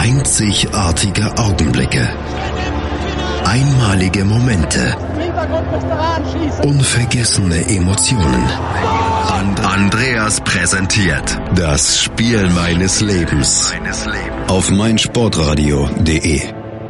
Einzigartige Augenblicke. Einmalige Momente. Unvergessene Emotionen. Andreas präsentiert das Spiel meines Lebens auf meinsportradio.de.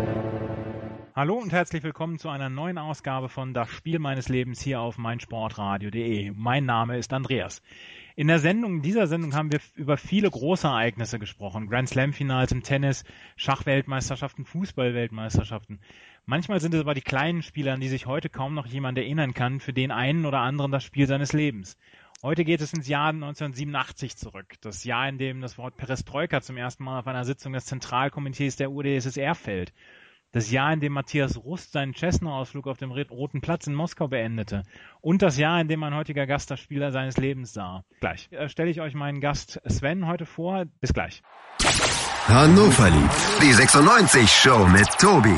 Hallo und herzlich willkommen zu einer neuen Ausgabe von Das Spiel meines Lebens hier auf meinsportradio.de. Mein Name ist Andreas. In dieser Sendung haben wir über viele große Ereignisse gesprochen. Grand Slam-Finals im Tennis, Schachweltmeisterschaften, Fußballweltmeisterschaften. Manchmal sind es aber die kleinen Spieler, an die sich heute kaum noch jemand erinnern kann, für den einen oder anderen das Spiel seines Lebens. Heute geht es ins Jahr 1987 zurück. Das Jahr, in dem das Wort Perestroika zum ersten Mal auf einer Sitzung des Zentralkomitees der UdSSR fällt. Das Jahr, in dem Matthias Rust seinen Cessna-Ausflug auf dem Roten Platz in Moskau beendete. Und das Jahr, in dem mein heutiger Gast das Spieler seines Lebens sah. Gleich stelle ich euch meinen Gast Sven heute vor. Bis gleich. Hannover liebt die 96 Show mit Tobi.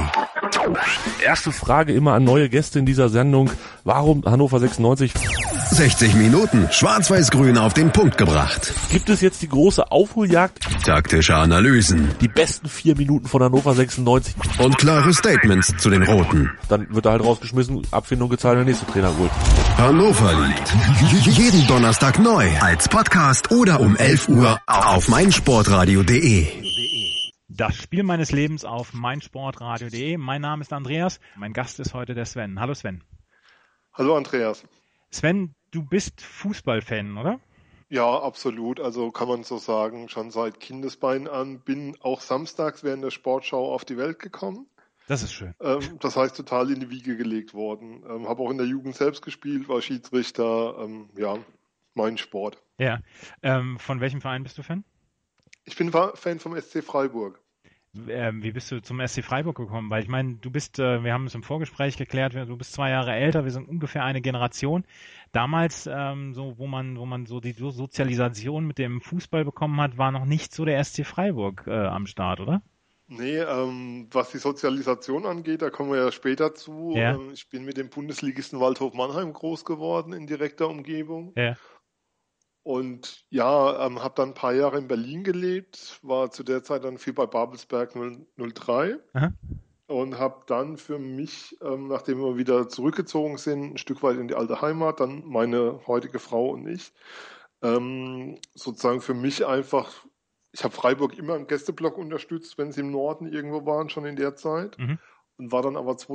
Erste Frage immer an neue Gäste in dieser Sendung. Warum Hannover 96? 60 Minuten schwarz-weiß-grün auf den Punkt gebracht. Gibt es jetzt die große Aufholjagd? Taktische Analysen. Die besten 4 Minuten von Hannover 96. Und klare Statements zu den Roten. Dann wird er halt rausgeschmissen, Abfindung gezahlt, der nächste Trainer holt. Hannover liebt jeden Donnerstag neu als Podcast oder um 11 Uhr auf meinsportradio.de. Das Spiel meines Lebens auf meinsportradio.de. Mein Name ist Andreas. Mein Gast ist heute der Sven. Hallo Sven. Hallo Andreas. Sven, du bist Fußballfan, oder? Ja, absolut. Also kann man so sagen, schon seit Kindesbeinen an. Bin auch samstags während der Sportschau auf die Welt gekommen. Das ist schön. Das heißt, total in die Wiege gelegt worden. Habe auch in der Jugend selbst gespielt, war Schiedsrichter. Mein Sport. Ja. Von welchem Verein bist du Fan? Ich bin Fan vom SC Freiburg. Wie bist du zum SC Freiburg gekommen? Weil ich meine, du bist, wir haben es im Vorgespräch geklärt, du bist 2 Jahre älter, wir sind ungefähr eine Generation. Damals, wo man so die Sozialisation mit dem Fußball bekommen hat, war noch nicht so der SC Freiburg am Start, oder? Nee, was die Sozialisation angeht, da kommen wir ja später zu. Ja. Ich bin mit dem Bundesligisten Waldhof Mannheim groß geworden in direkter Umgebung. Ja. Und ja, habe dann ein paar Jahre in Berlin gelebt, war zu der Zeit dann viel bei Babelsberg 03. Aha. Und habe dann für mich, nachdem wir wieder zurückgezogen sind, ein Stück weit in die alte Heimat, dann meine heutige Frau und ich, sozusagen für mich einfach, ich habe Freiburg immer im Gästeblock unterstützt, wenn sie im Norden irgendwo waren, schon in der Zeit. Mhm. Und war dann aber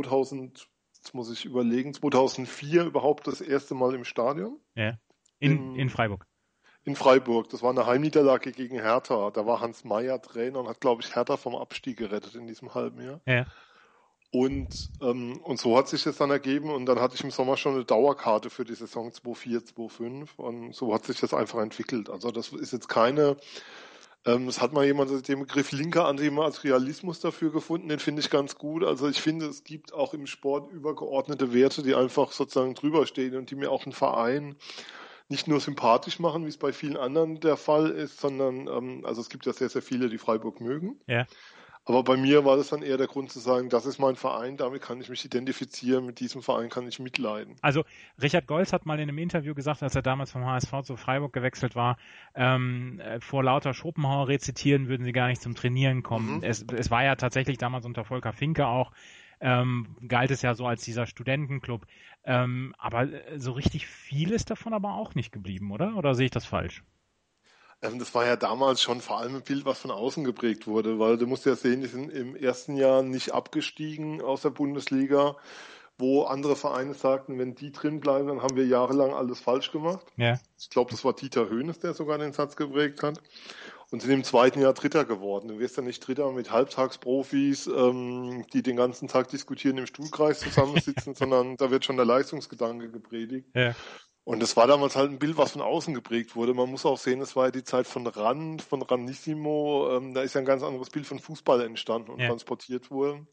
2004 überhaupt das erste Mal im Stadion. Ja. In Freiburg. In Freiburg. Das war eine Heimniederlage gegen Hertha. Da war Hans Meyer Trainer und hat, glaube ich, Hertha vom Abstieg gerettet in diesem halben Jahr. Ja. Und so hat sich das dann ergeben. Und dann hatte ich im Sommer schon eine Dauerkarte für die Saison 2004, 2005. Und so hat sich das einfach entwickelt. Also das ist jetzt keine... Es hat mal jemand den Begriff linker Antimaterialismus dafür gefunden. Den finde ich ganz gut. Also ich finde, es gibt auch im Sport übergeordnete Werte, die einfach sozusagen drüber stehen und die mir auch einen Verein nicht nur sympathisch machen, wie es bei vielen anderen der Fall ist, sondern, also es gibt ja sehr, sehr viele, die Freiburg mögen. Ja. Aber bei mir war das dann eher der Grund zu sagen, das ist mein Verein, damit kann ich mich identifizieren, mit diesem Verein kann ich mitleiden. Also Richard Goltz hat mal in einem Interview gesagt, als er damals vom HSV zu Freiburg gewechselt war, vor lauter Schopenhauer rezitieren würden sie gar nicht zum Trainieren kommen. Mhm. Es war ja tatsächlich damals unter Volker Finke auch, galt es ja so als dieser Studentenclub. Aber so richtig viel ist davon aber auch nicht geblieben, oder? Oder sehe ich das falsch? Das war ja damals schon vor allem ein Bild, was von außen geprägt wurde, weil du musst ja sehen, die sind im ersten Jahr nicht abgestiegen aus der Bundesliga, wo andere Vereine sagten, wenn die drin bleiben, dann haben wir jahrelang alles falsch gemacht. Ja. Ich glaube, das war Dieter Hoeneß, der sogar den Satz geprägt hat. Und sind im zweiten Jahr Dritter geworden. Du wirst ja nicht Dritter mit Halbtagsprofis, die den ganzen Tag diskutieren, im Stuhlkreis zusammensitzen, sondern da wird schon der Leistungsgedanke gepredigt. Ja. Und das war damals halt ein Bild, was von außen geprägt wurde. Man muss auch sehen, es war ja die Zeit von Ranissimo. Da ist ja ein ganz anderes Bild von Fußball entstanden und transportiert worden.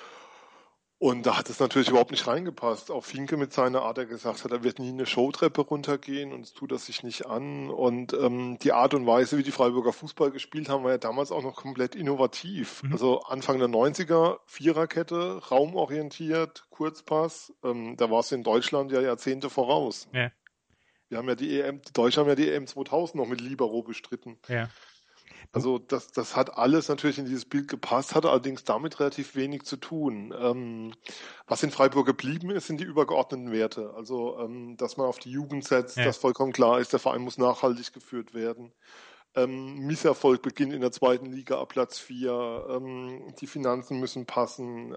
Und da hat es natürlich überhaupt nicht reingepasst. Auch Finke mit seiner Art, er gesagt hat, er wird nie eine Showtreppe runtergehen und es tut er sich nicht an. Und die Art und Weise, wie die Freiburger Fußball gespielt haben, war ja damals auch noch komplett innovativ. Mhm. Also Anfang der 90er, Viererkette, raumorientiert, Kurzpass. Da war es in Deutschland ja Jahrzehnte voraus. Ja. Wir haben ja die Deutsche haben ja die EM 2000 noch mit Libero bestritten. Ja. Also das hat alles natürlich in dieses Bild gepasst, hatte allerdings damit relativ wenig zu tun. Was in Freiburg geblieben ist, sind die übergeordneten Werte. Also dass man auf die Jugend setzt, dass vollkommen klar ist, der Verein muss nachhaltig geführt werden. Misserfolg beginnt in der 2. Liga ab Platz 4. Die Finanzen müssen passen.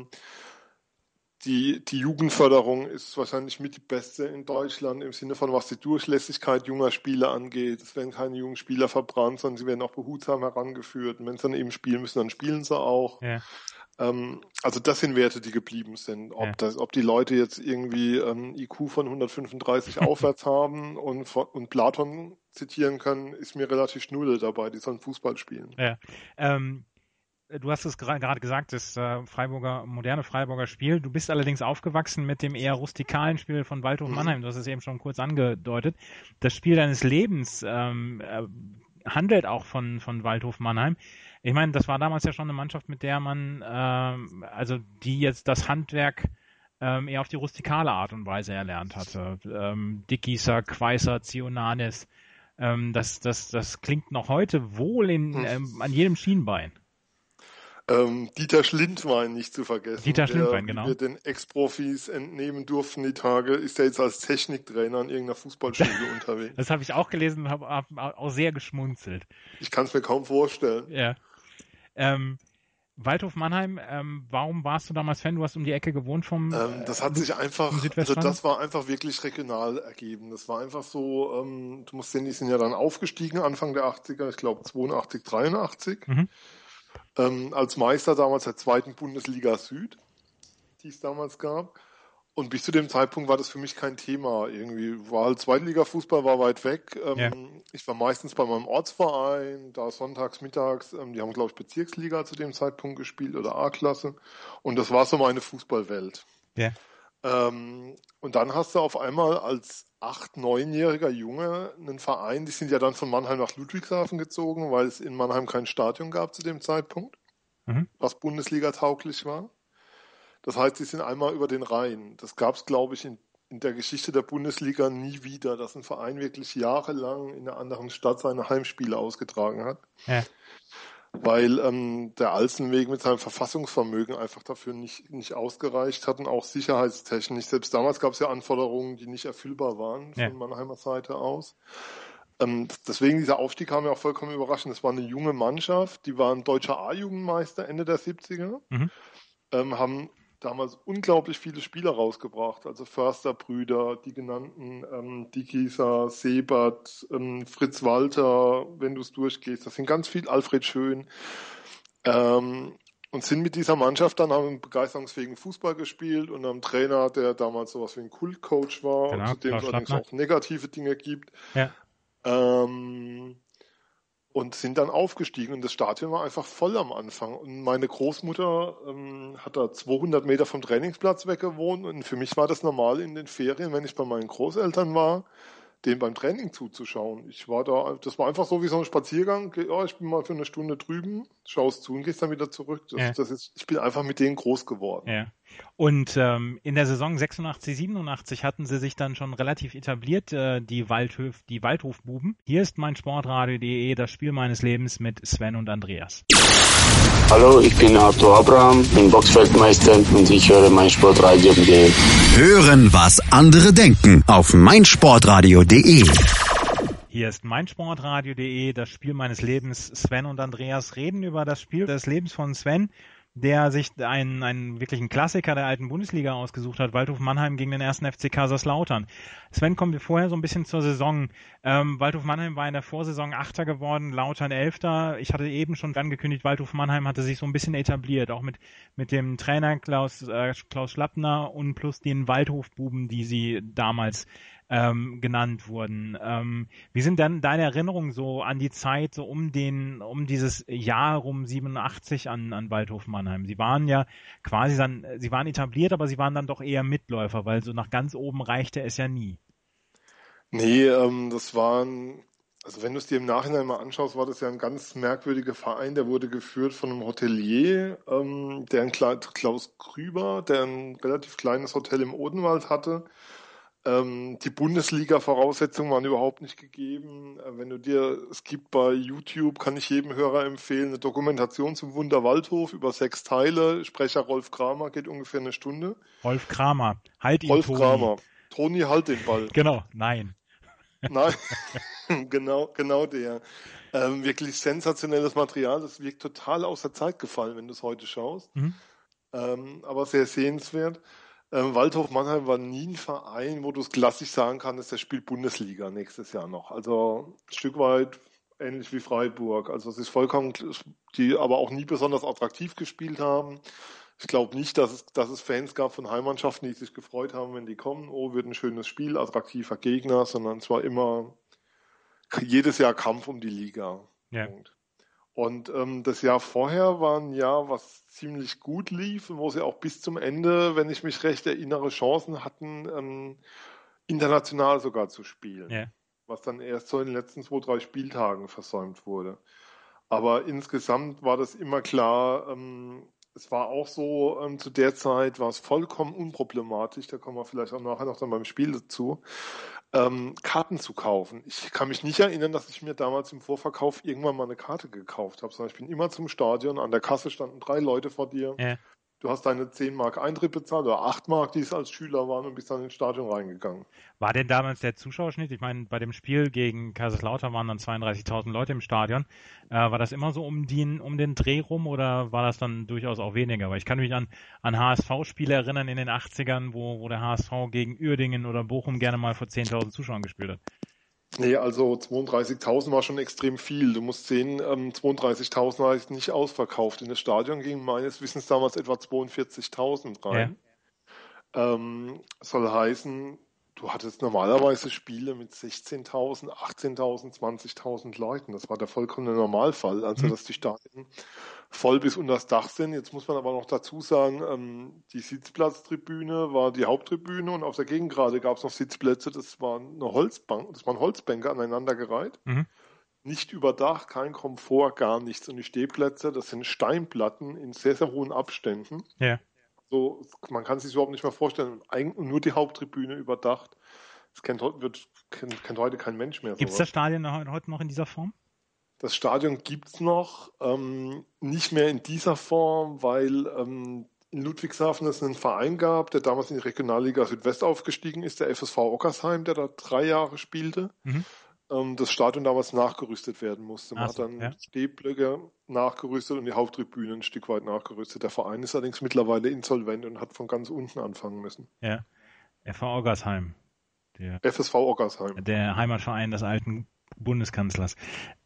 Die Jugendförderung ist wahrscheinlich mit die beste in Deutschland im Sinne von, was die Durchlässigkeit junger Spieler angeht. Es werden keine jungen Spieler verbrannt, sondern sie werden auch behutsam herangeführt. Und wenn sie dann eben spielen müssen, dann spielen sie auch. Ja. Also das sind Werte, die geblieben sind. Ob die Leute jetzt irgendwie IQ von 135 aufwärts haben und Platon zitieren können, ist mir relativ schnulle dabei. Die sollen Fußball spielen. Ja. Du hast es gerade gesagt, das moderne Freiburger Spiel. Du bist allerdings aufgewachsen mit dem eher rustikalen Spiel von Waldhof Mannheim. Du hast es eben schon kurz angedeutet. Das Spiel deines Lebens handelt auch von Waldhof Mannheim. Ich meine, das war damals ja schon eine Mannschaft, mit der man, die jetzt das Handwerk eher auf die rustikale Art und Weise erlernt hatte. Dickgießer, Quaisser, Zionanis. Das klingt noch heute wohl an jedem Schienbein. Dieter Schlindwein nicht zu vergessen. Dieter Schlindwein, genau. Wie wir den Ex-Profis entnehmen durften die Tage, ist er jetzt als Techniktrainer an irgendeiner Fußballschule unterwegs. Das habe ich auch gelesen und habe auch sehr geschmunzelt. Ich kann es mir kaum vorstellen. Ja. Waldhof Mannheim, warum warst du damals Fan? Du hast um die Ecke gewohnt vom das hat sich einfach, also das war einfach wirklich regional ergeben. Das war einfach so, du musst sehen, die sind ja dann aufgestiegen Anfang der 80er, ich glaube 82, 83. Als Meister damals der 2. Bundesliga Süd, die es damals gab. Und bis zu dem Zeitpunkt war das für mich kein Thema. Irgendwie war halt Zweitliga-Fußball, war weit weg. Ich war meistens bei meinem Ortsverein, da sonntags, mittags. Die haben, glaube ich, Bezirksliga zu dem Zeitpunkt gespielt oder A-Klasse. Und das war so meine Fußballwelt. Ja. Und dann hast du auf einmal als 8-, 9-jähriger Junge einen Verein, die sind ja dann von Mannheim nach Ludwigshafen gezogen, weil es in Mannheim kein Stadion gab zu dem Zeitpunkt, was Bundesliga tauglich war. Das heißt, die sind einmal über den Rhein. Das gab es, glaube ich, in der Geschichte der Bundesliga nie wieder, dass ein Verein wirklich jahrelang in einer anderen Stadt seine Heimspiele ausgetragen hat. Ja. Weil der Alzenweg mit seinem Verfassungsvermögen einfach dafür nicht ausgereicht hat und auch sicherheitstechnisch. Selbst damals gab es ja Anforderungen, die nicht erfüllbar waren von Mannheimer Seite aus. Deswegen dieser Aufstieg kam mir auch vollkommen überraschend. Das war eine junge Mannschaft, die waren deutscher A-Jugendmeister Ende der 70er, haben damals unglaublich viele Spieler rausgebracht, also Försterbrüder, die genannten Dickgießer, Sebert, Fritz Walter, wenn du es durchgehst, das sind ganz viel, Alfred Schön, und sind mit dieser Mannschaft dann, haben einen begeisterungsfähigen Fußball gespielt und einem Trainer, der damals sowas wie ein Kultcoach war, genau, zu dem es allerdings auch negative Dinge gibt. Ja. Und sind dann aufgestiegen und das Stadion war einfach voll am Anfang. Und meine Großmutter hat da 200 Meter vom Trainingsplatz weg gewohnt und für mich war das normal in den Ferien, wenn ich bei meinen Großeltern war, denen beim Training zuzuschauen. Das war einfach so wie so ein Spaziergang. Ja, ich bin mal für eine Stunde drüben, schaust zu und gehst dann wieder zurück. Ich bin einfach mit denen groß geworden. Ja. Und in der Saison 86, 87 hatten sie sich dann schon relativ etabliert, die Waldhofbuben. Hier ist meinsportradio.de, das Spiel meines Lebens mit Sven und Andreas. Hallo, ich bin Arthur Abraham, bin Boxfeldmeister und ich höre meinsportradio.de. Hören, was andere denken auf meinsportradio.de. Hier ist meinsportradio.de, das Spiel meines Lebens. Sven und Andreas reden über das Spiel des Lebens von Sven, der sich einen wirklichen Klassiker der alten Bundesliga ausgesucht hat, Waldhof Mannheim gegen den 1. FC Kaiserslautern. Sven, kommen wir vorher so ein bisschen zur Saison. Waldhof Mannheim war in der Vorsaison 8. geworden, Lautern 11. Ich hatte eben schon angekündigt, Waldhof Mannheim hatte sich so ein bisschen etabliert, auch mit dem Trainer Klaus Schlappner und plus den Waldhofbuben, die sie damals genannt wurden. Wie sind dann deine Erinnerungen so an die Zeit, so um dieses Jahr rum 87 an Waldhof Mannheim? Sie waren ja quasi sie waren etabliert, aber sie waren dann doch eher Mitläufer, weil so nach ganz oben reichte es ja nie. Nee, also wenn du es dir im Nachhinein mal anschaust, war das ja ein ganz merkwürdiger Verein, der wurde geführt von einem Hotelier, Klaus Krüber, der ein relativ kleines Hotel im Odenwald hatte. Die Bundesliga-Voraussetzungen waren überhaupt nicht gegeben. Es gibt bei YouTube, kann ich jedem Hörer empfehlen, eine Dokumentation zum Wunder Waldhof über 6 Teile. Sprecher Rolf Kramer, geht ungefähr eine Stunde. Rolf Kramer, halt ihn, Rolf Toni. Kramer. Toni, halt den Ball. Genau, nein. Nein, genau der. Wirklich sensationelles Material. Das wirkt total aus der Zeit gefallen, wenn du es heute schaust. Aber sehr sehenswert. Waldhof Mannheim war nie ein Verein, wo du es klassisch sagen kannst, der spielt Bundesliga nächstes Jahr noch. Also ein Stück weit ähnlich wie Freiburg. Also es ist vollkommen, die aber auch nie besonders attraktiv gespielt haben. Ich glaube nicht, dass es Fans gab von Heimmannschaften, die sich gefreut haben, wenn die kommen. Oh, wird ein schönes Spiel, attraktiver Gegner, sondern es war immer jedes Jahr Kampf um die Liga. Ja. Und das Jahr vorher war ein Jahr, was ziemlich gut lief und wo sie auch bis zum Ende, wenn ich mich recht erinnere, Chancen hatten, international sogar zu spielen. Ja. Was dann erst so in den letzten 2-3 Spieltagen versäumt wurde. Aber insgesamt war das immer klar, es war auch so, zu der Zeit war es vollkommen unproblematisch, da kommen wir vielleicht auch nachher noch dann beim Spiel dazu, Karten zu kaufen. Ich kann mich nicht erinnern, dass ich mir damals im Vorverkauf irgendwann mal eine Karte gekauft habe, sondern ich bin immer zum Stadion, an der Kasse standen 3 Leute vor dir. Ja. Du hast deine 10 Mark Eintritt bezahlt oder 8 Mark, die es als Schüler waren, und bist dann ins Stadion reingegangen. War denn damals der Zuschauerschnitt? Ich meine, bei dem Spiel gegen Kaiserslautern waren dann 32.000 Leute im Stadion. War das immer so um den Dreh rum oder war das dann durchaus auch weniger? Weil ich kann mich an HSV-Spiele erinnern in den 80ern, wo der HSV gegen Uerdingen oder Bochum gerne mal vor 10.000 Zuschauern gespielt hat. Nee, also 32.000 war schon extrem viel. Du musst sehen, 32.000 war jetzt nicht ausverkauft. In das Stadion gingen meines Wissens damals etwa 42.000 rein. Ja. Soll heißen, du hattest normalerweise Spiele mit 16.000, 18.000, 20.000 Leuten. Das war der vollkommene Normalfall, also dass die Stadien voll bis unter das Dach sind. Jetzt muss man aber noch dazu sagen, die Sitzplatztribüne war die Haupttribüne und auf der Gegengrade gab es noch Sitzplätze. Das waren Holzbänke aneinandergereiht. Nicht überdacht, kein Komfort, gar nichts. Und die Stehplätze, das sind Steinplatten in sehr, sehr hohen Abständen. Ja. So, man kann sich überhaupt nicht mehr vorstellen. Eigentlich nur die Haupttribüne überdacht. Das kennt heute kein Mensch mehr. Gibt es das Stadion heute noch in dieser Form? Das Stadion gibt's noch, nicht mehr in dieser Form, weil in Ludwigshafen es einen Verein gab, der damals in die Regionalliga Südwest aufgestiegen ist, der FSV Ockersheim, der da 3 Jahre spielte. Das Stadion damals nachgerüstet werden musste. Man hat dann Stehblöcke nachgerüstet und die Haupttribüne ein Stück weit nachgerüstet. Der Verein ist allerdings mittlerweile insolvent und hat von ganz unten anfangen müssen. Ja, FV Ockersheim. FSV Ockersheim. Der Heimatverein des alten Bundeskanzlers.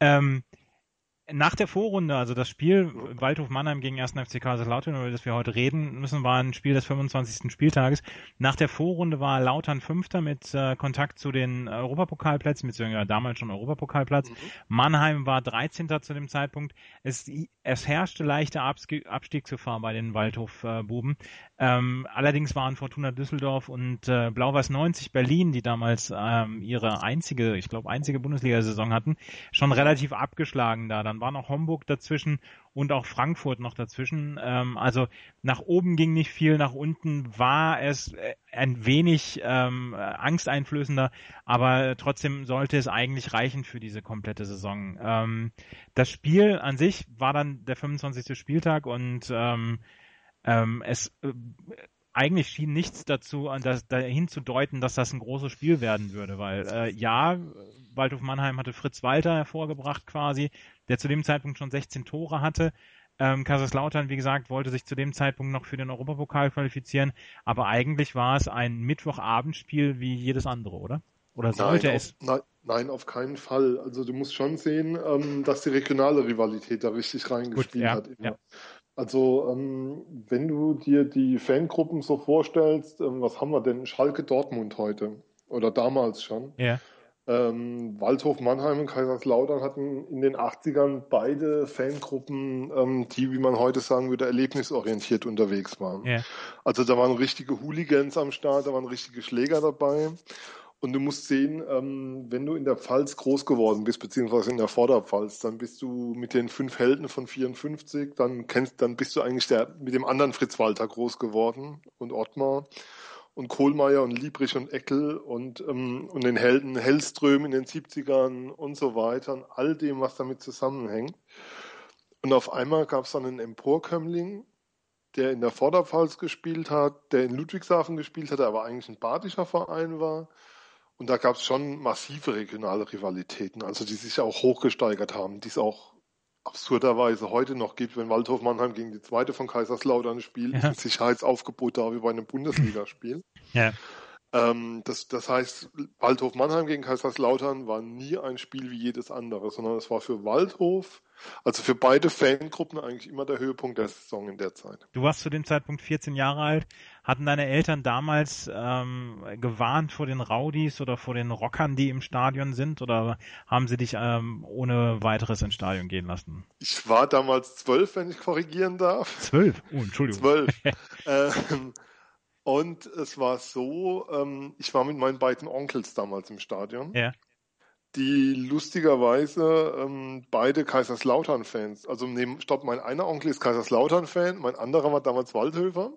Nach der Vorrunde, also das Spiel Waldhof Mannheim gegen 1. FC Kaiserslautern, über das wir heute reden müssen, war ein Spiel des 25. Spieltages. Nach der Vorrunde war Lautern Fünfter mit Kontakt zu den Europapokalplätzen, beziehungsweise damals schon Europapokalplatz. Mannheim war 13. zu dem Zeitpunkt. Es herrschte leichter Abstiegsgefahr bei den Waldhof-Buben. Allerdings waren Fortuna Düsseldorf und Blau-Weiß 90 Berlin, die damals ihre einzige Bundesliga-Saison hatten, schon relativ abgeschlagen da. Dann war noch Homburg dazwischen und auch Frankfurt noch dazwischen. Also nach oben ging nicht viel, nach unten war es ein wenig angsteinflößender, aber trotzdem sollte es eigentlich reichen für diese komplette Saison. Das Spiel an sich war dann der 25. Spieltag und eigentlich schien nichts dahin zu deuten, dass das ein großes Spiel werden würde, weil Waldhof Mannheim hatte Fritz Walter hervorgebracht quasi, der zu dem Zeitpunkt schon 16 Tore hatte. Kaiserslautern, wie gesagt, wollte sich zu dem Zeitpunkt noch für den Europapokal qualifizieren, aber eigentlich war es ein Mittwochabendspiel wie jedes andere, oder? Oder sollte es? Nein, auf keinen Fall. Also du musst schon sehen, dass die regionale Rivalität da richtig reingespielt hat. Ja. Also wenn du dir die Fangruppen so vorstellst, was haben wir denn? Schalke Dortmund heute oder damals schon. Ja. Waldhof Mannheim und Kaiserslautern hatten in den 80ern beide Fangruppen, die, wie man heute sagen würde, erlebnisorientiert unterwegs waren. Ja. Also da waren richtige Hooligans am Start, da waren richtige Schläger dabei. Und du musst sehen, wenn du in der Pfalz groß geworden bist, beziehungsweise in der Vorderpfalz, dann bist du mit den 5 Helden von 54, dann bist du eigentlich mit dem anderen Fritz Walter groß geworden und Ottmar. und Kohlmeier und Liebrich und Eckel und den Helden Hellström in den 70ern und so weiter und all dem, was damit zusammenhängt. Und auf einmal gab es dann einen Emporkömmling, der in der Vorderpfalz gespielt hat, der in Ludwigshafen gespielt hat, der aber eigentlich ein badischer Verein war. Und da gab es schon massive regionale Rivalitäten, also die sich auch hochgesteigert haben, die es auch absurderweise heute noch gibt, wenn Waldhof Mannheim gegen die zweite von Kaiserslautern spielt, ist ein Sicherheitsaufgebot da wie bei einem Bundesligaspiel. Ja. Das heißt, Waldhof Mannheim gegen Kaiserslautern war nie ein Spiel wie jedes andere, sondern es war für Waldhof, also für beide Fangruppen eigentlich immer der Höhepunkt der Saison in der Zeit. Du warst zu dem Zeitpunkt 14 Jahre alt. Hatten deine Eltern damals gewarnt vor den Rowdies oder vor den Rockern, die im Stadion sind, oder haben sie dich ohne weiteres ins Stadion gehen lassen? Ich war damals 12, wenn ich korrigieren darf. 12? Oh, Entschuldigung. 12. Und es war so, ich war mit meinen beiden Onkels damals im Stadion, die lustigerweise beide Kaiserslautern-Fans, also mein einer Onkel ist Kaiserslautern-Fan, mein anderer war damals Waldhöfer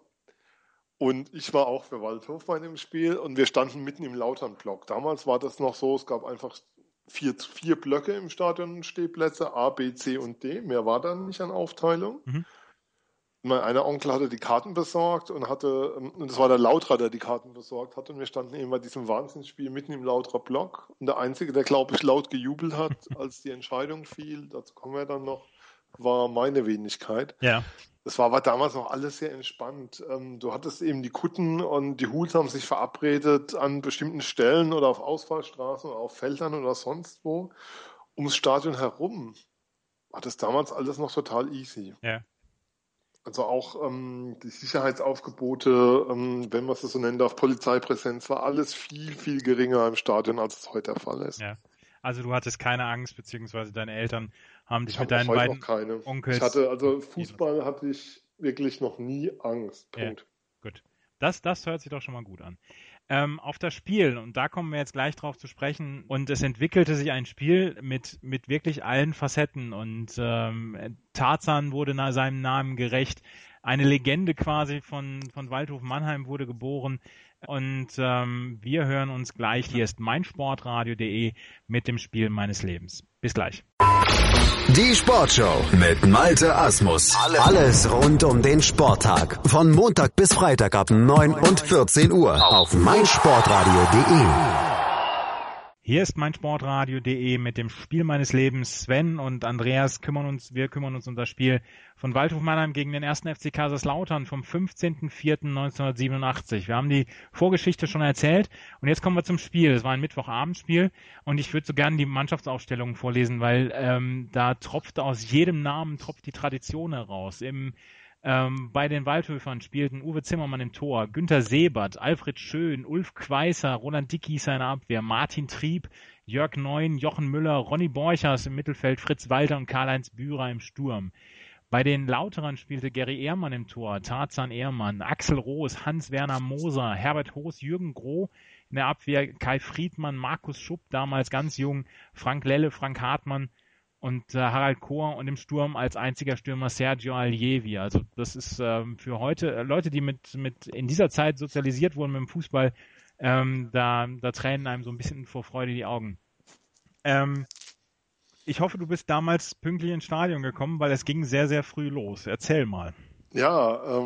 und ich war auch für Waldhof bei dem Spiel und wir standen mitten im Lautern-Block. Damals war das noch so, es gab einfach vier Blöcke im Stadion, Stehplätze, A, B, C und D, mehr war dann nicht an Aufteilung. Mhm. Mein einer Onkel hatte die Karten besorgt und es war der Lauterer, der die Karten besorgt hat und wir standen eben bei diesem Wahnsinnsspiel mitten im Lauterer Block und der Einzige, der, glaube ich, laut gejubelt hat, als die Entscheidung fiel, dazu kommen wir dann noch, war meine Wenigkeit. Ja. Das war aber damals noch alles sehr entspannt. Du hattest eben die Kutten und die Hools haben sich verabredet an bestimmten Stellen oder auf Ausfallstraßen oder auf Feldern oder sonst wo. Ums Stadion herum war das damals alles noch total easy. Ja. Also auch die Sicherheitsaufgebote, wenn man es so nennen darf, Polizeipräsenz, war alles viel, viel geringer im Stadion, als es heute der Fall ist. Ja. Also du hattest keine Angst, beziehungsweise deine Eltern haben dich mit deinen beiden Onkels... Fußball hatte ich wirklich noch nie Angst. Punkt. Ja, gut. Das hört sich doch schon mal gut an. Auf das Spiel, und da kommen wir jetzt gleich drauf zu sprechen, und es entwickelte sich ein Spiel mit wirklich allen Facetten und Tarzan wurde seinem Namen gerecht, eine Legende quasi von Waldhof Mannheim wurde geboren und wir hören uns gleich, hier ist meinsportradio.de mit dem Spiel meines Lebens. Bis gleich. Die Sportshow mit Malte Asmus. Alles rund um den Sporttag. Von Montag bis Freitag ab 9 und 14 Uhr auf meinsportradio.de. Hier ist meinsportradio.de mit dem Spiel meines Lebens. Sven und Andreas kümmern uns um das Spiel von Waldhof Mannheim gegen den 1. FC Kaiserslautern vom 15.04.1987. Wir haben die Vorgeschichte schon erzählt und jetzt kommen wir zum Spiel. Es war ein Mittwochabendspiel und ich würde so gerne die Mannschaftsaufstellung vorlesen, weil da tropft aus jedem Namen die Tradition heraus. Bei den Waldhöfern spielten Uwe Zimmermann im Tor, Günter Sebert, Alfred Schön, Ulf Queißer, Roland Dickies in der Abwehr, Martin Trieb, Jörg Neun, Jochen Müller, Ronny Borchers im Mittelfeld, Fritz Walter und Karl-Heinz Bührer im Sturm. Bei den Lauterern spielte Gary Ehrmann im Tor, Tarzan Ehrmann, Axel Roos, Hans-Werner Moser, Herbert Hoos, Jürgen Groh in der Abwehr, Kai Friedmann, Markus Schupp, damals ganz jung, Frank Lelle, Frank Hartmann und Harald Kohr und im Sturm als einziger Stürmer Sergio Allievi. Also das ist für heute Leute, die mit in dieser Zeit sozialisiert wurden mit dem Fußball, da tränen einem so ein bisschen vor Freude die Augen. Ich hoffe, du bist damals pünktlich ins Stadion gekommen, weil es ging sehr, sehr früh los. Erzähl mal. Ja,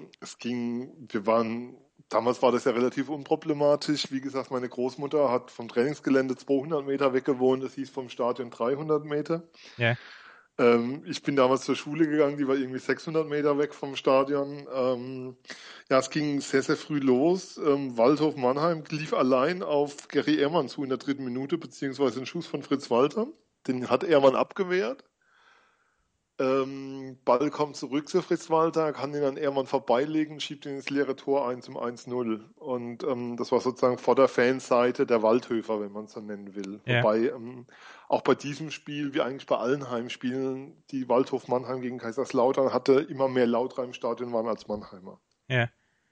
damals war das ja relativ unproblematisch. Wie gesagt, meine Großmutter hat vom Trainingsgelände 200 Meter weg gewohnt. Das hieß vom Stadion 300 Meter. Ja. Ich bin damals zur Schule gegangen, die war irgendwie 600 Meter weg vom Stadion. Es ging sehr, sehr früh los. Waldhof Mannheim lief allein auf Gary Ehrmann zu in der 3. Minute, beziehungsweise einen Schuss von Fritz Walter. Den hat Ehrmann abgewehrt. Ball kommt zurück zu Fritz Walter, kann ihn an Ehrmann vorbeilegen, schiebt ihn ins leere Tor ein zum 1-0. Und das war sozusagen vor der Fanseite der Waldhöfer, wenn man es so nennen will. Ja. Wobei auch bei diesem Spiel, wie eigentlich bei allen Heimspielen, die Waldhof Mannheim gegen Kaiserslautern hatte, immer mehr Lauterer im Stadion waren als Mannheimer. Ja.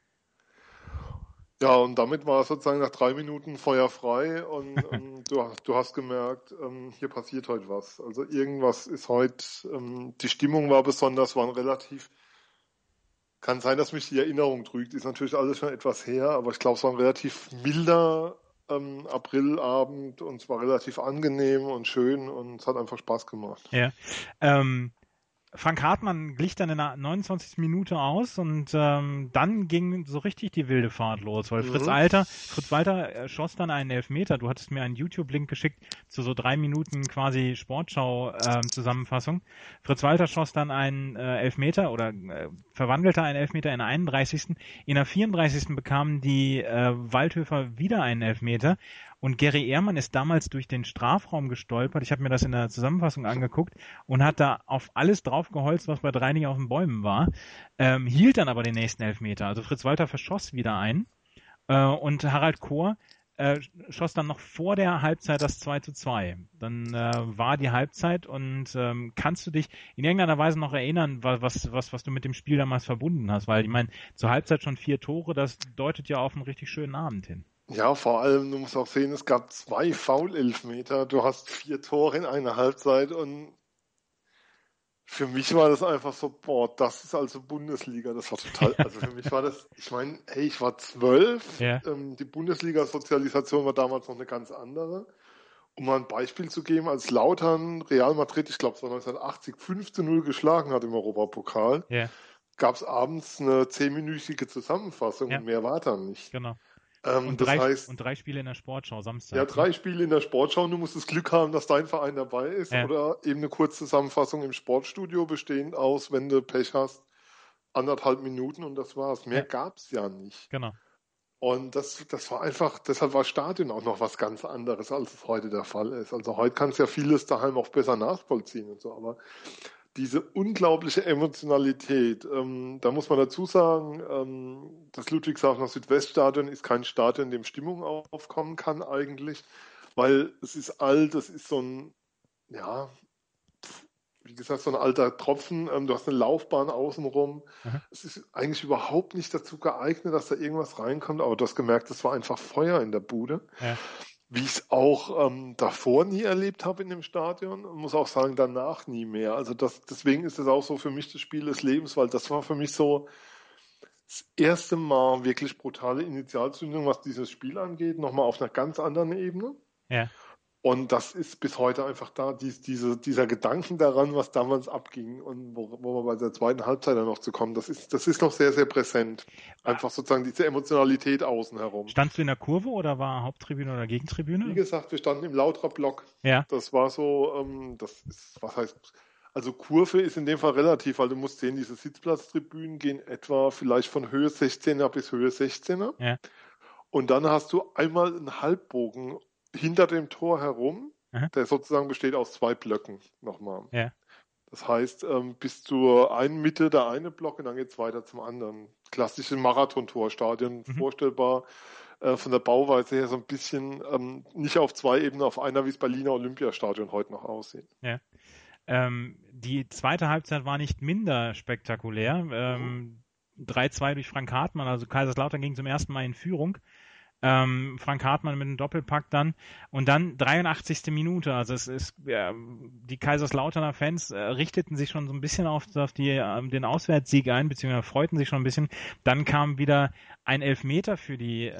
Ja, und damit war es sozusagen nach 3 Minuten feuerfrei und du hast gemerkt, hier passiert heute was. Also irgendwas ist heute, die Stimmung war besonders, war ein relativ Kann sein, dass mich die Erinnerung trügt. Ist natürlich alles schon etwas her, aber ich glaube, es war ein relativ milder Aprilabend und es war relativ angenehm und schön und es hat einfach Spaß gemacht. Ja. Frank Hartmann glich dann in der 29. Minute aus und dann ging so richtig die wilde Fahrt los, weil Fritz Walter schoss dann einen Elfmeter. Du hattest mir einen YouTube-Link geschickt zu so 3 Minuten quasi Sportschau-Zusammenfassung. Fritz Walter schoss dann einen Elfmeter oder verwandelte einen Elfmeter in der 31. In der 34. bekamen die Waldhöfer wieder einen Elfmeter. Und Gary Ehrmann ist damals durch den Strafraum gestolpert. Ich habe mir das in der Zusammenfassung angeguckt und hat da auf alles draufgeholzt, was bei Dreining auf den Bäumen war. Hielt dann aber den nächsten Elfmeter. Also Fritz Walter verschoss wieder einen. Und Harald Kohr schoss dann noch vor der Halbzeit das 2:2. Dann war die Halbzeit und kannst du dich in irgendeiner Weise noch erinnern, was du mit dem Spiel damals verbunden hast? Weil ich meine, zur Halbzeit schon 4 Tore, das deutet ja auf einen richtig schönen Abend hin. Ja, vor allem, du musst auch sehen, es gab 2 Foul-Elfmeter, du hast 4 Tore in einer Halbzeit und für mich war das einfach so, boah, das ist also Bundesliga, das war total, also für mich war das, ich meine, hey, ich war 12, die Bundesliga-Sozialisation war damals noch eine ganz andere. Um mal ein Beispiel zu geben, als Lautern Real Madrid, ich glaube es war 1980, 5:0 geschlagen hat im Europapokal, gab es abends eine 10-minütige Zusammenfassung und mehr war dann nicht. Genau. Und das heißt, 3 Spiele in der Sportschau Samstag. Ja, 3 Spiele in der Sportschau und du musst das Glück haben, dass dein Verein dabei ist oder eben eine Kurzzusammenfassung im Sportstudio bestehend aus, wenn du Pech hast, 1,5 Minuten und das war's. Mehr gab's ja nicht. Genau. Und das war einfach, deshalb war Stadion auch noch was ganz anderes, als es heute der Fall ist. Also heute kannst du ja vieles daheim auch besser nachvollziehen und so, aber diese unglaubliche Emotionalität, da muss man dazu sagen, das Ludwigshafener Südweststadion ist kein Stadion, in dem Stimmung aufkommen kann eigentlich, weil es ist alt, es ist so ein, ja, wie gesagt, so ein alter Tropfen, du hast eine Laufbahn außenrum, es ist eigentlich überhaupt nicht dazu geeignet, dass da irgendwas reinkommt, aber du hast gemerkt, es war einfach Feuer in der Bude. Ja. Wie ich es auch davor nie erlebt habe in dem Stadion und muss auch sagen, danach nie mehr. Also deswegen ist es auch so für mich das Spiel des Lebens, weil das war für mich so das erste Mal wirklich brutale Initialzündung, was dieses Spiel angeht, nochmal auf einer ganz anderen Ebene. Ja. Und das ist bis heute einfach da, dieser Gedanken daran, was damals abging und wo wir bei der zweiten Halbzeit dann noch zu kommen, das ist noch sehr, sehr präsent. Einfach sozusagen diese Emotionalität außen herum. Standst du in der Kurve oder war Haupttribüne oder Gegentribüne? Wie gesagt, wir standen im Lauterer Block. Ja. Das war so, also Kurve ist in dem Fall relativ, weil du musst sehen, diese Sitzplatztribünen gehen etwa vielleicht von Höhe 16er bis Höhe 16er. Ja. Und dann hast du einmal einen Halbbogen hinter dem Tor herum, der sozusagen besteht aus 2 Blöcken nochmal. Ja. Das heißt, bis zur einen Mitte der eine Block und dann geht es weiter zum anderen. Klassische Marathontorstadion, vorstellbar von der Bauweise her so ein bisschen nicht auf 2 Ebenen, auf einer, wie es Berliner Olympiastadion heute noch aussieht. Ja. Die zweite Halbzeit war nicht minder spektakulär. 3:2 durch Frank Hartmann, also Kaiserslautern ging zum ersten Mal in Führung. Frank Hartmann mit einem Doppelpack dann und dann 83. Minute, also es ist die Kaiserslauterner Fans richteten sich schon so ein bisschen auf den Auswärtssieg ein, beziehungsweise freuten sich schon ein bisschen. Dann kam wieder ein Elfmeter für die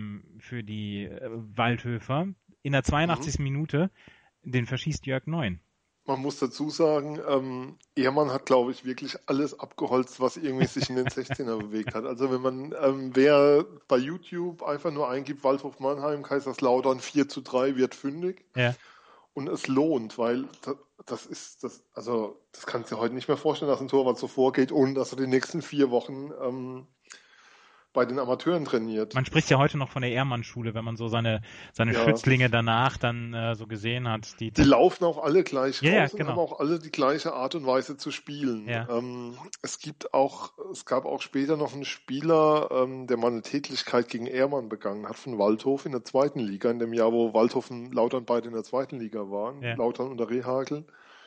Waldhöfer in der 82. Minute, den verschießt Jörg Neun. Man muss dazu sagen, Ehrmann hat, glaube ich, wirklich alles abgeholzt, was irgendwie sich in den 16er bewegt hat. Also wenn man, wer bei YouTube einfach nur eingibt, Waldhof Mannheim, Kaiserslautern 4:3 wird fündig. Ja. Und es lohnt, weil das kannst du dir heute nicht mehr vorstellen, dass ein Torwart so vorgeht, ohne dass er die nächsten 4 Wochen bei den Amateuren trainiert. Man spricht ja heute noch von der Ehrmann-Schule, wenn man so seine Schützlinge danach dann so gesehen hat. Die laufen auch alle gleich raus und haben auch alle die gleiche Art und Weise zu spielen. Ja. Es gab auch später noch einen Spieler, der mal eine Tätlichkeit gegen Ehrmann begangen hat von Waldhof in der 2. Liga, in dem Jahr, wo Waldhof und Lautern beide in der 2. Liga waren, Lautern unter Rehhagel.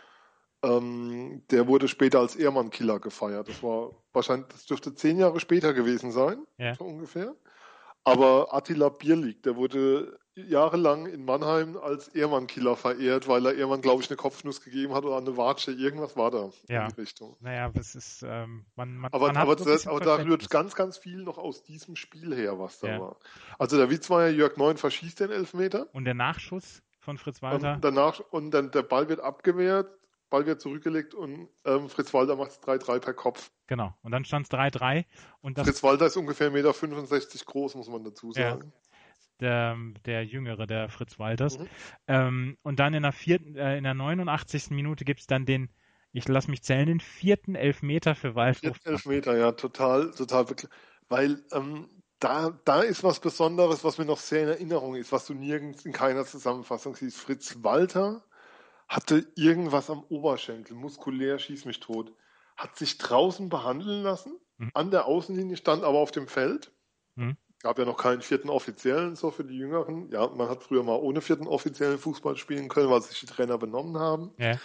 Der wurde später als Ehrmann-Killer gefeiert. Das dürfte 10 Jahre später gewesen sein, so ungefähr. Aber Attila Bierlik, der wurde jahrelang in Mannheim als Ehrmann-Killer verehrt, weil er Ehrmann, glaube ich, eine Kopfnuss gegeben hat oder eine Watsche. Irgendwas war da in die Richtung. Naja, das ist, aber da rührt ganz, ganz viel noch aus diesem Spiel her, was da war. Also der Witz war ja, Jörg Neun verschießt den Elfmeter. Und der Nachschuss von Fritz Walter. Und dann der Ball wird abgewehrt, Ball wird zurückgelegt und Fritz Walter macht es 3-3 per Kopf. Genau, und dann stand es 3-3. Fritz Walter ist ungefähr 1,65 Meter groß, muss man dazu sagen. Der Jüngere, der Fritz Walters. Und dann in der 89. Minute gibt es dann den, ich lasse mich zählen, den 4. Elfmeter für Waldhof. 4. Elfmeter, ja, total, weil da ist was Besonderes, was mir noch sehr in Erinnerung ist, was du nirgends in keiner Zusammenfassung siehst. Fritz Walter hatte irgendwas am Oberschenkel, muskulär, schieß mich tot, hat sich draußen behandeln lassen, an der Außenlinie, stand aber auf dem Feld. Gab ja noch keinen 4. Offiziellen, so für die Jüngeren. Ja, man hat früher mal ohne 4. Offiziellen Fußball spielen können, weil sich die Trainer benommen haben. Ja.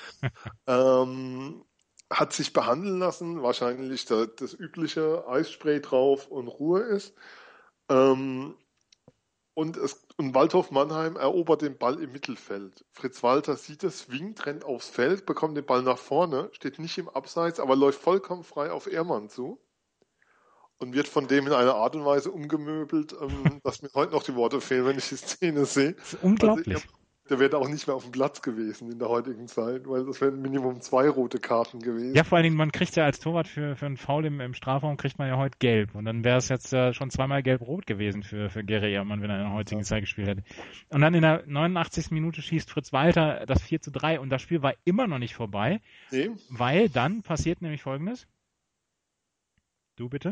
Hat sich behandeln lassen, wahrscheinlich das übliche Eisspray drauf und Ruhe ist. Und Waldhof Mannheim erobert den Ball im Mittelfeld. Fritz Walter sieht es, winkt, rennt aufs Feld, bekommt den Ball nach vorne, steht nicht im Abseits, aber läuft vollkommen frei auf Ehrmann zu. Und wird von dem in einer Art und Weise umgemöbelt, dass mir heute noch die Worte fehlen, wenn ich die Szene sehe. Das ist unglaublich. Also, der wäre auch nicht mehr auf dem Platz gewesen in der heutigen Zeit, weil das wären Minimum 2 rote Karten gewesen. Ja, vor allen Dingen, man kriegt ja als Torwart für einen Foul im Strafraum, kriegt man ja heute gelb. Und dann wäre es jetzt schon zweimal gelb-rot gewesen für Gary Ehrmann, wenn er in der heutigen Zeit gespielt hätte. Und dann in der 89. Minute schießt Fritz Walter das 4:3 und das Spiel war immer noch nicht vorbei. Nee. Weil dann passiert nämlich Folgendes. Du bitte?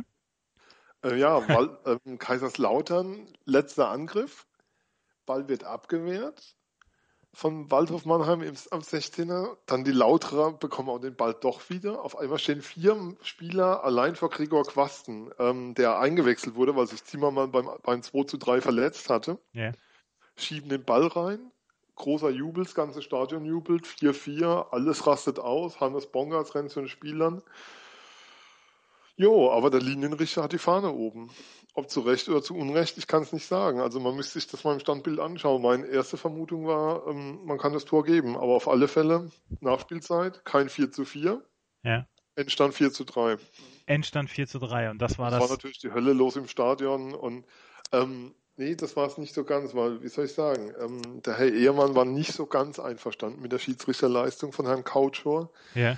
Kaiserslautern, letzter Angriff. Ball wird abgewehrt von Waldhof Mannheim am 16er. Dann die Lauterer bekommen auch den Ball doch wieder. Auf einmal stehen 4 Spieler allein vor Gregor Quasten, der eingewechselt wurde, weil sich Zimmermann beim 2:3 verletzt hatte. Yeah. Schieben den Ball rein. Großer Jubel, das ganze Stadion jubelt. 4:4, alles rastet aus. Hannes Bongartz rennt zu den Spielern. Jo, aber der Linienrichter hat die Fahne oben. Ob zu Recht oder zu Unrecht, ich kann es nicht sagen. Also man müsste sich das mal im Standbild anschauen. Meine erste Vermutung war, man kann das Tor geben. Aber auf alle Fälle, Nachspielzeit, kein 4:4. Ja. Endstand 4:3. Endstand 4:3 und das war natürlich die Hölle los im Stadion. Und nee, das war es nicht so ganz, weil, wie soll ich sagen, der Herr Ehrmann war nicht so ganz einverstanden mit der Schiedsrichterleistung von Herrn Kautschor. Ja.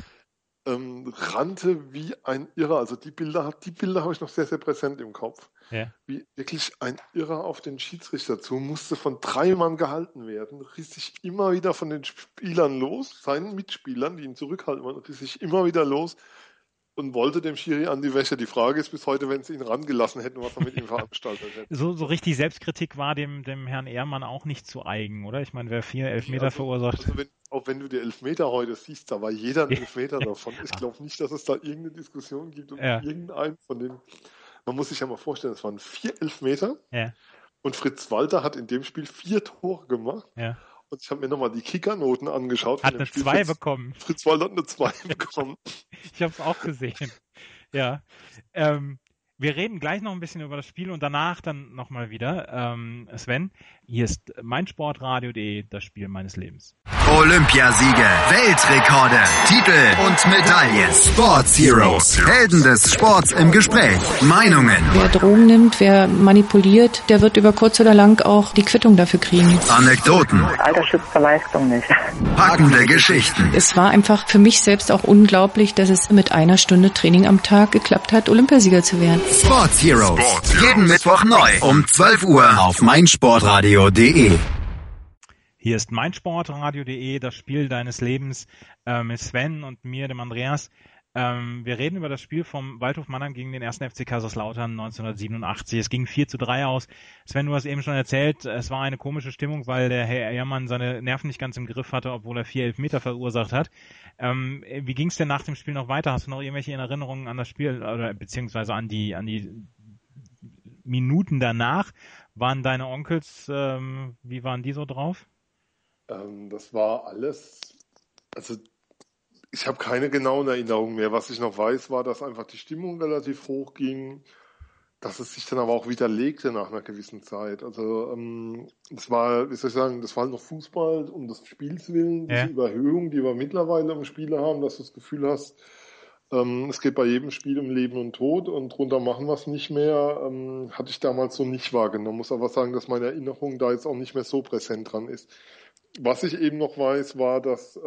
Rannte wie ein Irrer. Also die Bilder habe ich noch sehr, sehr präsent im Kopf. Ja. Wie wirklich ein Irrer auf den Schiedsrichter zu, musste von 3 Mann gehalten werden, riss sich immer wieder von den Spielern los, seinen Mitspielern, die ihn zurückhalten wollten, riss sich immer wieder los und wollte dem Schiri an die Wäsche. Die Frage ist bis heute, wenn sie ihn rangelassen hätten, was er mit ihm veranstaltet hätte. So richtig Selbstkritik war dem Herrn Ehrmann auch nicht zu eigen, oder? Ich meine, wer 4 Elfmeter verursacht. Also auch wenn du die Elfmeter heute siehst, da war jeder ein Elfmeter davon. Ich glaube nicht, dass es da irgendeine Diskussion gibt um irgendeinen von den. Man muss sich ja mal vorstellen, es waren 4 Elfmeter und Fritz Walter hat in dem Spiel 4 Tore gemacht. Ja. Und ich habe mir nochmal die Kickernoten angeschaut. Hat eine 2 bekommen. Fritz Walter hat eine 2 bekommen. Ich habe es auch gesehen. Ja. Wir reden gleich noch ein bisschen über das Spiel und danach dann nochmal wieder. Sven, hier ist meinsportradio.de, das Spiel meines Lebens. Olympiasiege, Weltrekorde, Titel und Medaillen. Sports Heroes, Helden des Sports im Gespräch. Meinungen. Wer Drogen nimmt, wer manipuliert, der wird über kurz oder lang auch die Quittung dafür kriegen. Anekdoten. Alter schützt der Leistung nicht. Packende Geschichten. Es war einfach für mich selbst auch unglaublich, dass es mit 1 Stunde Training am Tag geklappt hat, Olympiasieger zu werden. Sports Heroes. Jeden Mittwoch neu um 12 Uhr auf meinsportradio.de. Hier ist meinsportradio.de, das Spiel deines Lebens mit Sven und mir, dem Andreas. Wir reden über das Spiel vom Waldhof Mannheim gegen den 1. FC Kaiserslautern 1987. Es ging 4:3 aus. Sven, du hast eben schon erzählt, es war eine komische Stimmung, weil der Herr Ehrmann seine Nerven nicht ganz im Griff hatte, obwohl er 4 Elfmeter verursacht hat. Wie ging es denn nach dem Spiel noch weiter? Hast du noch irgendwelche Erinnerungen an das Spiel oder beziehungsweise an die Minuten danach? Waren deine Onkels, wie waren die so drauf? Das war alles, also ich habe keine genauen Erinnerungen mehr. Was ich noch weiß, war, dass einfach die Stimmung relativ hoch ging. dass es sich dann aber auch widerlegte nach einer gewissen Zeit. Also das war, wie soll ich sagen, das war halt noch Fußball um des Spiels willen, diese Überhöhung, die wir mittlerweile im Spiele haben, dass du das Gefühl hast, es geht bei jedem Spiel um Leben und Tod und drunter machen wir es nicht mehr, hatte ich damals so nicht wahrgenommen. Muss aber sagen, dass meine Erinnerung da jetzt auch nicht mehr so präsent dran ist. Was ich eben noch weiß, war, dass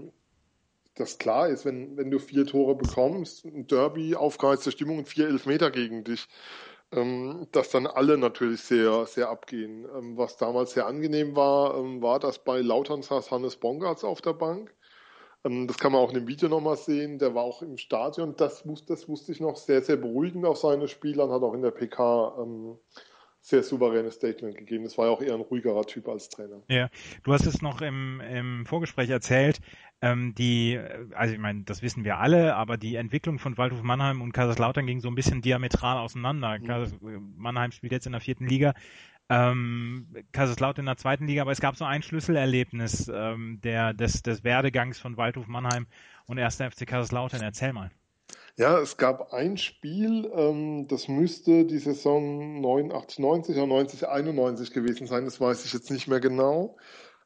das klar ist, wenn du 4 Tore bekommst, ein Derby, aufgeheizte Stimmung und 4 Elfmeter gegen dich, dass dann alle natürlich sehr, sehr abgehen. Was damals sehr angenehm war, war, dass bei Lautern saß Hannes Bongartz auf der Bank. Das kann man auch in dem Video nochmal sehen. Der war auch im Stadion. Das wusste ich noch, sehr, sehr beruhigend auf seine Spieler und hat auch in der PK sehr souveränes Statement gegeben. Das war ja auch eher ein ruhigerer Typ als Trainer. Ja, du hast es noch im Vorgespräch erzählt, also ich meine, das wissen wir alle, aber die Entwicklung von Waldhof Mannheim und Kaiserslautern ging so ein bisschen diametral auseinander. Mannheim spielt jetzt in der 4. Liga, Kaiserslautern in der 2. Liga, aber es gab so ein Schlüsselerlebnis des Werdegangs von Waldhof Mannheim und 1. FC Kaiserslautern. Erzähl mal. Ja, es gab ein Spiel, das müsste die Saison 89/90 oder 90/91 gewesen sein, das weiß ich jetzt nicht mehr genau.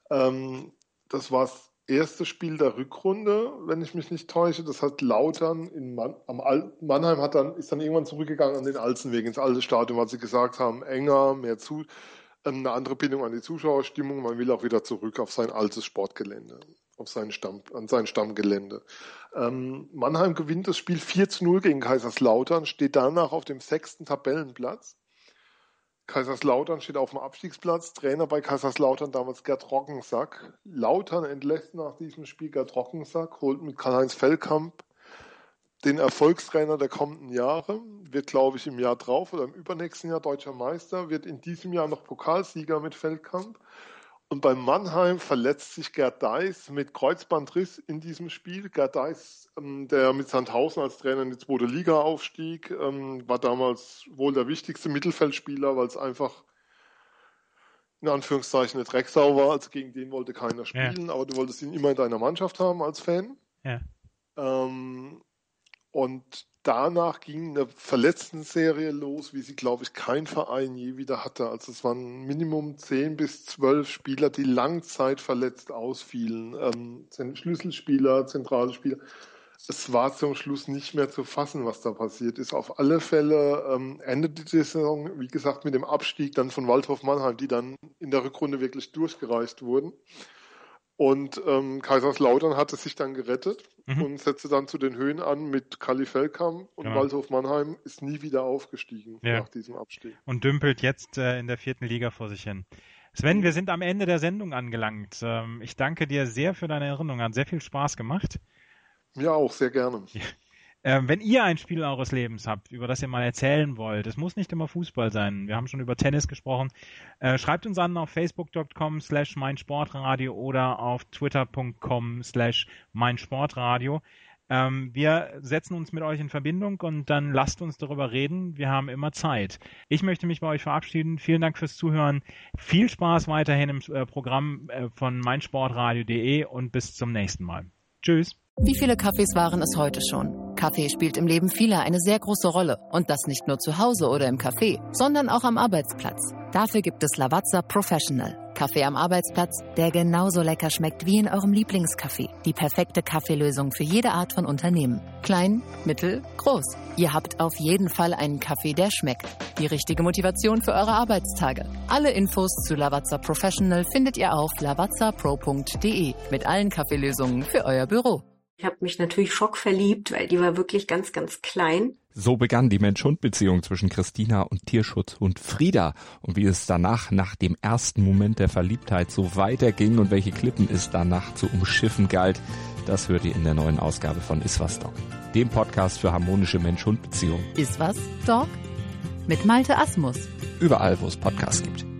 Das war das erste Spiel der Rückrunde, wenn ich mich nicht täusche. Das hat Lautern Mannheim ist dann irgendwann zurückgegangen an den Alzenweg, ins alte Stadion, weil sie gesagt haben, enger, mehr eine andere Bindung an die Zuschauerstimmung. Man will auch wieder zurück auf sein altes Sportgelände, an sein Stammgelände. Mannheim gewinnt das Spiel 4-0 gegen Kaiserslautern, steht danach auf dem 6. Tabellenplatz. Kaiserslautern steht auf dem Abstiegsplatz, Trainer bei Kaiserslautern damals Gerd Rockensack. Lautern entlässt nach diesem Spiel Gerd Rockensack, holt mit Karl-Heinz Feldkamp den Erfolgstrainer der kommenden Jahre, wird, glaube ich, im Jahr drauf oder im übernächsten Jahr deutscher Meister, wird in diesem Jahr noch Pokalsieger mit Feldkamp. Und bei Mannheim verletzt sich Gerd Deis mit Kreuzbandriss in diesem Spiel. Gerd Deis, der mit Sandhausen als Trainer in die 2. Liga aufstieg, war damals wohl der wichtigste Mittelfeldspieler, weil es einfach in Anführungszeichen eine Drecksau war. Also gegen den wollte keiner spielen, aber du wolltest ihn immer in deiner Mannschaft haben als Fan. Ja. Und danach ging eine Verletztenserie los, wie sie, glaube ich, kein Verein je wieder hatte. Also es waren Minimum 10 bis 12 Spieler, die Langzeit verletzt ausfielen. Schlüsselspieler, zentrale Spieler. Es war zum Schluss nicht mehr zu fassen, was da passiert ist. Auf alle Fälle endete die Saison, wie gesagt, mit dem Abstieg dann von Waldhof Mannheim, die dann in der Rückrunde wirklich durchgereicht wurden. Und Kaiserslautern hatte sich dann gerettet und setzte dann zu den Höhen an mit Kalli Feldkamp und Waldhof Mannheim ist nie wieder aufgestiegen nach diesem Abstieg. Und dümpelt jetzt in der 4. Liga vor sich hin. Sven, wir sind am Ende der Sendung angelangt. Ich danke dir sehr für deine Erinnerung. Hat sehr viel Spaß gemacht. Ja, auch sehr gerne. Ja. Wenn ihr ein Spiel eures Lebens habt, über das ihr mal erzählen wollt, es muss nicht immer Fußball sein, wir haben schon über Tennis gesprochen, schreibt uns an auf facebook.com/meinsportradio oder auf twitter.com/meinsportradio. Wir setzen uns mit euch in Verbindung und dann lasst uns darüber reden. Wir haben immer Zeit. Ich möchte mich bei euch verabschieden. Vielen Dank fürs Zuhören. Viel Spaß weiterhin im Programm von meinsportradio.de und bis zum nächsten Mal. Tschüss. Wie viele Kaffees waren es heute schon? Kaffee spielt im Leben vieler eine sehr große Rolle. Und das nicht nur zu Hause oder im Café, sondern auch am Arbeitsplatz. Dafür gibt es Lavazza Professional. Kaffee am Arbeitsplatz, der genauso lecker schmeckt wie in eurem Lieblingscafé. Die perfekte Kaffeelösung für jede Art von Unternehmen. Klein, mittel, groß. Ihr habt auf jeden Fall einen Kaffee, der schmeckt. Die richtige Motivation für eure Arbeitstage. Alle Infos zu Lavazza Professional findet ihr auf lavazzapro.de mit allen Kaffeelösungen für euer Büro. Ich habe mich natürlich schockverliebt, weil die war wirklich ganz, ganz klein. So begann die Mensch-Hund-Beziehung zwischen Christina und Tierschutzhund Frieda. Und wie es danach, nach dem ersten Moment der Verliebtheit, so weiterging und welche Klippen es danach zu umschiffen galt, das hört ihr in der neuen Ausgabe von Iswas Dog, dem Podcast für harmonische Mensch-Hund-Beziehungen. Iswas Dog? Mit Malte Asmus. Überall, wo es Podcasts gibt.